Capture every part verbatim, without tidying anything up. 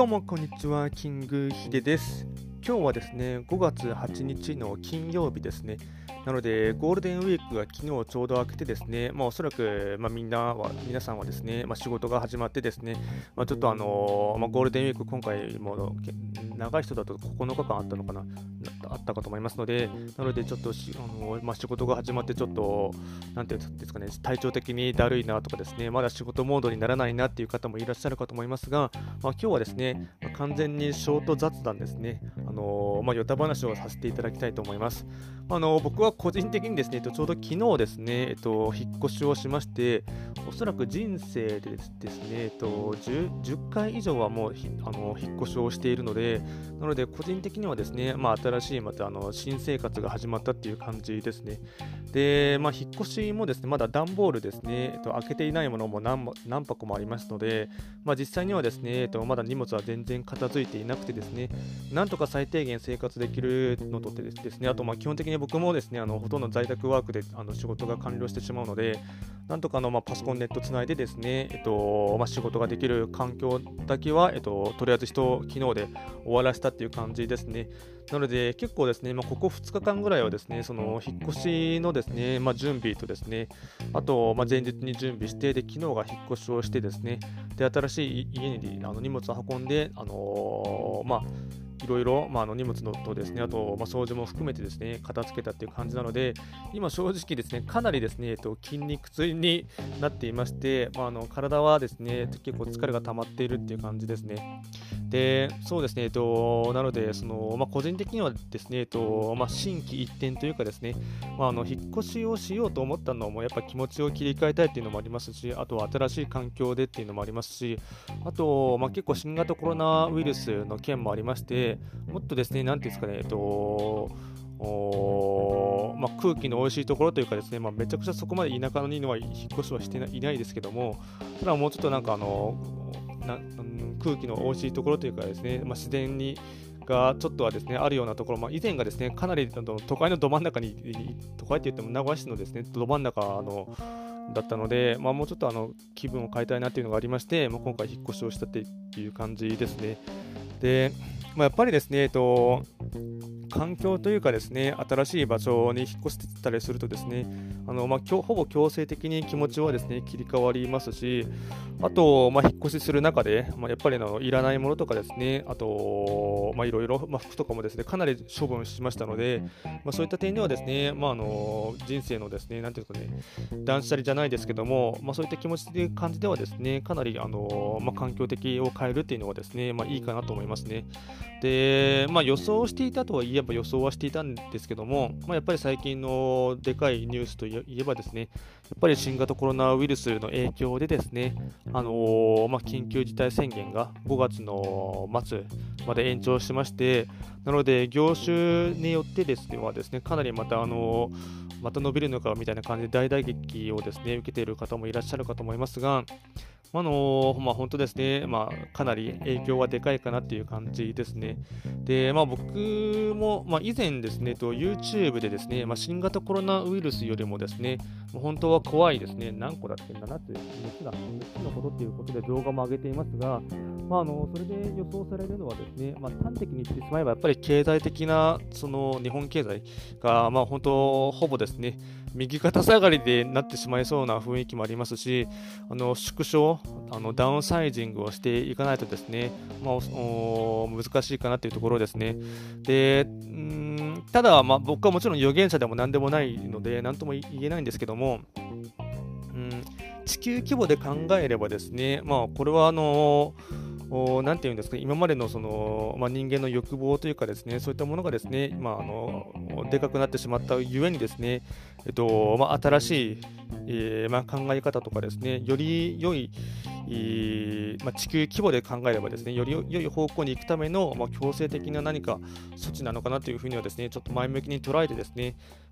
どうもこんにちは、キングヒデです。今日はですね、ごがつはちにちの金曜日ですね。なので、ゴールデンウィークが昨日ちょうど明けてですね、まあ、おそらく、まあ、みんなは、皆さんはですね、まあ、仕事が始まってですね、まあ、ちょっとあのーまあ、ゴールデンウィーク、今回もけ長い人だとここのかかんあったのかな、あったかと思いますので、なので、ちょっとし、あのーまあ、仕事が始まって、ちょっと、なんていうんですかね、体調的にだるいなとかですね、まだ仕事モードにならないなっていう方もいらっしゃるかと思いますが、まあ、今日はですね、まあ完全にショート雑談ですね、あのーまあ、ヨタ話をさせていただきたいと思います。あのー僕は個人的にですね、えっとちょうど昨日ですね、えっと、引っ越しをしまして、おそらく人生でですですね、えっと、10, じゅっかい以上はもうひあの引っ越しをしているので、なので個人的にはですね、まあ、新しいまたあの新生活が始まったっていう感じですね。で、まあ、引っ越しもですね、まだ段ボールですね、えっと、開けていないものも 何, も何箱もありますので、まあ、実際にはですね、えっと、まだ荷物は全然片付いていなくてですね、なんとか最低限生活できるのとってですね、あとまあ基本的に僕もですね、あのほとんど在宅ワークであの仕事が完了してしまうので、なんとかのまあパソコンネットつないでですね、えっとまあ、仕事ができる環境だけは、えっと、とりあえず一昨日で終わらせたっていう感じですね。なので結構ですね、まあ、ここふつかかんぐらいはですね、その引っ越しのですね、まあ、準備とですね、あと、まあ、前日に準備して、で、昨日が引っ越しをしてですね、で、新しい家にあの荷物を運んで、あのーまあ、いろいろ、まあ、あの荷物のとですね、あと、まあ、掃除も含めてですね、片付けたっていう感じなので、今正直ですね、かなりですね、えっと、筋肉痛になっていまして、まあ、あの体はですね、結構疲れが溜まっているっていう感じですね。で、そうですね、えっと、なので、その、まあ、個人的にはですね、えっと、まあ、心機一転というかですね、まあ、あの、引っ越しをしようと思ったのも、やっぱ気持ちを切り替えたいっていうのもありますし、あとは新しい環境でっていうのもありますし、あと、まあ、結構新型コロナウイルスの件もありまして、もっとですね、なんていうんですかね、えっと、おまあ、空気の美味しいところというかですね、まあ、めちゃくちゃそこまで田舎のにのは引っ越しはしてないないですけども、ただもうちょっとなんかあのな空気の美味しいところというかですね、まあ、自然にがちょっとはですねあるようなところ、まあ、以前がですねかなりあの都会のど真ん中に、都会って言っても名古屋市のですねど真ん中のだったので、まあ、もうちょっとあの気分を変えたいなっていうのがありまして、まあ、今回引っ越しをしたっていう感じですね。で、まあ、やっぱりですね、えっと、環境というかですね、新しい場所に引っ越してたりするとですね、あのまあ、ほぼ強制的に気持ちはですね切り替わりますし、あと、まあ、引っ越しする中で、まあ、やっぱりあのいらないものとかですね、あと、まあ、いろいろ、まあ、服とかもですね、かなり処分しましたので、まあ、そういった点ではですね、まあ、あの人生のですね、なんていうかね、断捨離じゃないですけども、まあ、そういった気持ちで感じではですね、かなりあの、まあ、環境的を変えるっていうのはですね、まあ、いいかなと思いますね。で、まあ、予想していたとはいえば予想はしていたんですけども、まあ、やっぱり最近のでかいニュースといえばですね、やっぱり新型コロナウイルスの影響でですね、あのーまあ、緊急事態宣言がごがつの末まで延長しまして、なので業種によってですねはですね、かなりまたあのーまた伸びるのかみたいな感じで大打撃をですね受けている方もいらっしゃるかと思いますが、あのーまあ、本当ですね、まあ、かなり影響はでかいかなっていう感じですね。で、まあ、僕も、まあ、以前ですね、と YouTube でですね、まあ、新型コロナウイルスよりもですね、もう本当は怖いですね、何個だっけ、ななつ、熱が、熱のことっていうことで動画も上げていますが、まあ、あのそれで予想されるのはですね、まあ、端的に言ってしまえば、やっぱり経済的なその日本経済が、まあ、本当、ほぼですね、右肩下がりでなってしまいそうな雰囲気もありますし、あの縮小、あのダウンサイジングをしていかないとですね、まあ、難しいかなというところですね。で、んただ、まあ、僕はもちろん預言者でも何でもないので、何とも言えないんですけども、ん地球規模で考えればですね、まあ、これはあのなんていうんですか、今までのその、まあ、人間の欲望というかですね、そういったものがですね、まあ、あのでかくなってしまったゆえにですね、えっとまあ、新しい、えーまあ、考え方とかですね、より良い、えーまあ、地球規模で考えればですね、より良い方向に行くための、まあ、強制的な何か措置なのかなというふうにはですね、ちょっと前向きに捉えてですね、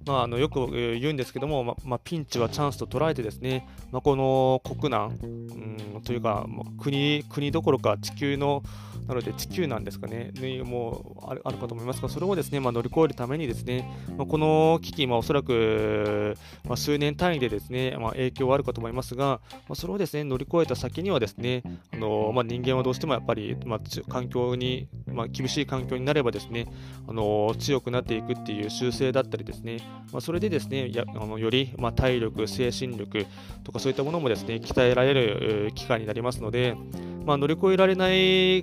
まあ、あのよくえー言うんですけども、ままあ、ピンチはチャンスと捉えてですね、まあ、この国難、うん、というか、もう国、国どころか地球の、なので地球なんですかね、にもうあるあるかと思いますが、それをですね、まあ、乗り越えるためにですね、まあ、この危機、まあ、おそらく、まあ、数年単位でですね、まあ、影響はあるかと思いますが、まあ、それをですね、乗り越えた先にはですね、あのまあ、人間はどうしてもやっぱり、まあ、つ環境に、まあ、厳しい環境になればですね、あの強くなっていくっていう習性だったりですね、まあ、それでですね、やあのより、まあ、体力、精神力とかそういったものもですね、鍛えられるえー機会になりますので、まあ、乗り越えられない、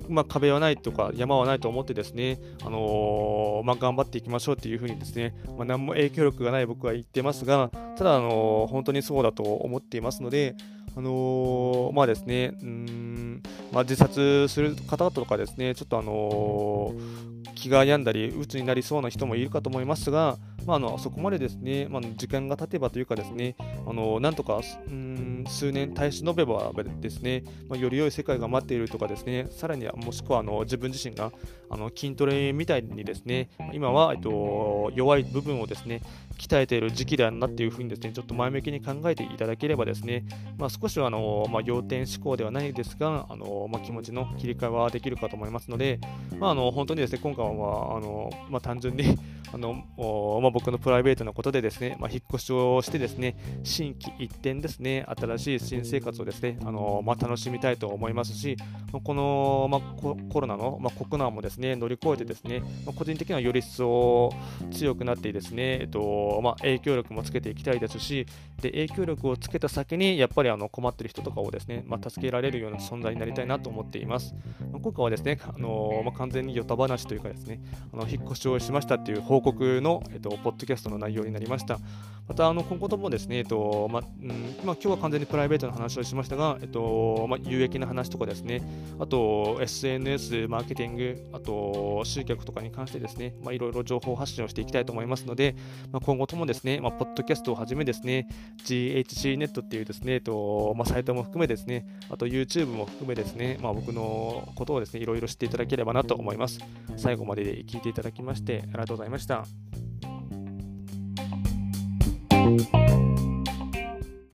まあ、壁はないとか山はないと思ってですね、あのーまあ、頑張っていきましょうっていうふうにですね、まあ、何も影響力がない僕は言ってますが、ただ、あのー本当にそうだと思っていますので、あのーまあですね、うーん、まあ、自殺する方とかですね、ちょっとあのー気が病んだり、鬱になりそうな人もいるかと思いますが、まあ、あのそこまでですね、まあ、時間が経てばというかですね、あのなんとかうーん数年耐え忍べばですね、まあ、より良い世界が待っているとかですね、さらにはもしくはあの自分自身があの筋トレみたいにですね、今は、えっと、弱い部分をですね、鍛えている時期だなっていうふうにですね、ちょっと前向きに考えていただければですね、まあ、少しはあの、まあ、要点思考ではないですが、あのまあ、気持ちの切り替えはできるかと思いますので、まあ、あの本当にですね、今回はあの、まあ、単純にあの、まあ、僕のプライベートなことでですね、まあ、引っ越しをしてですね、心機一転ですね、新しい新生活をですね、あのまあ、楽しみたいと思いますし、この、まあ、ココロナの、まあ、国難もですね、乗り越えてですね、まあ、個人的にはより一層強くなってですね、えっとまあ、影響力もつけていきたいですし、で影響力をつけた先にやっぱりあの困っている人とかをですね、まあ、助けられるような存在になりたいなと思っています。まあ、今回はですね、あのまあ、完全にヨタ話というかですね、あの引っ越しをしましたっていう報告の、えっと、ポッドキャストの内容になりました。また、あの今後ともですね、えっとまあうんまあ、今日は完全にプライベートの話をしましたが、えっとまあ、有益な話とかですね、あと エスエヌエス、マーケティング、あと集客とかに関してですね、まあ、いろいろ情報発信をしていきたいと思いますので、まあ、今後ともですね、まあ、ポッドキャストをはじめですね、ジーエイチシー ネットっていうですね、えっとまあ、サイトも含めですね、あと YouTube も含めですね、まあ、僕のことをですね、いろいろ知っていただければなと思います。最後まで聞いていただきましてありがとうございました。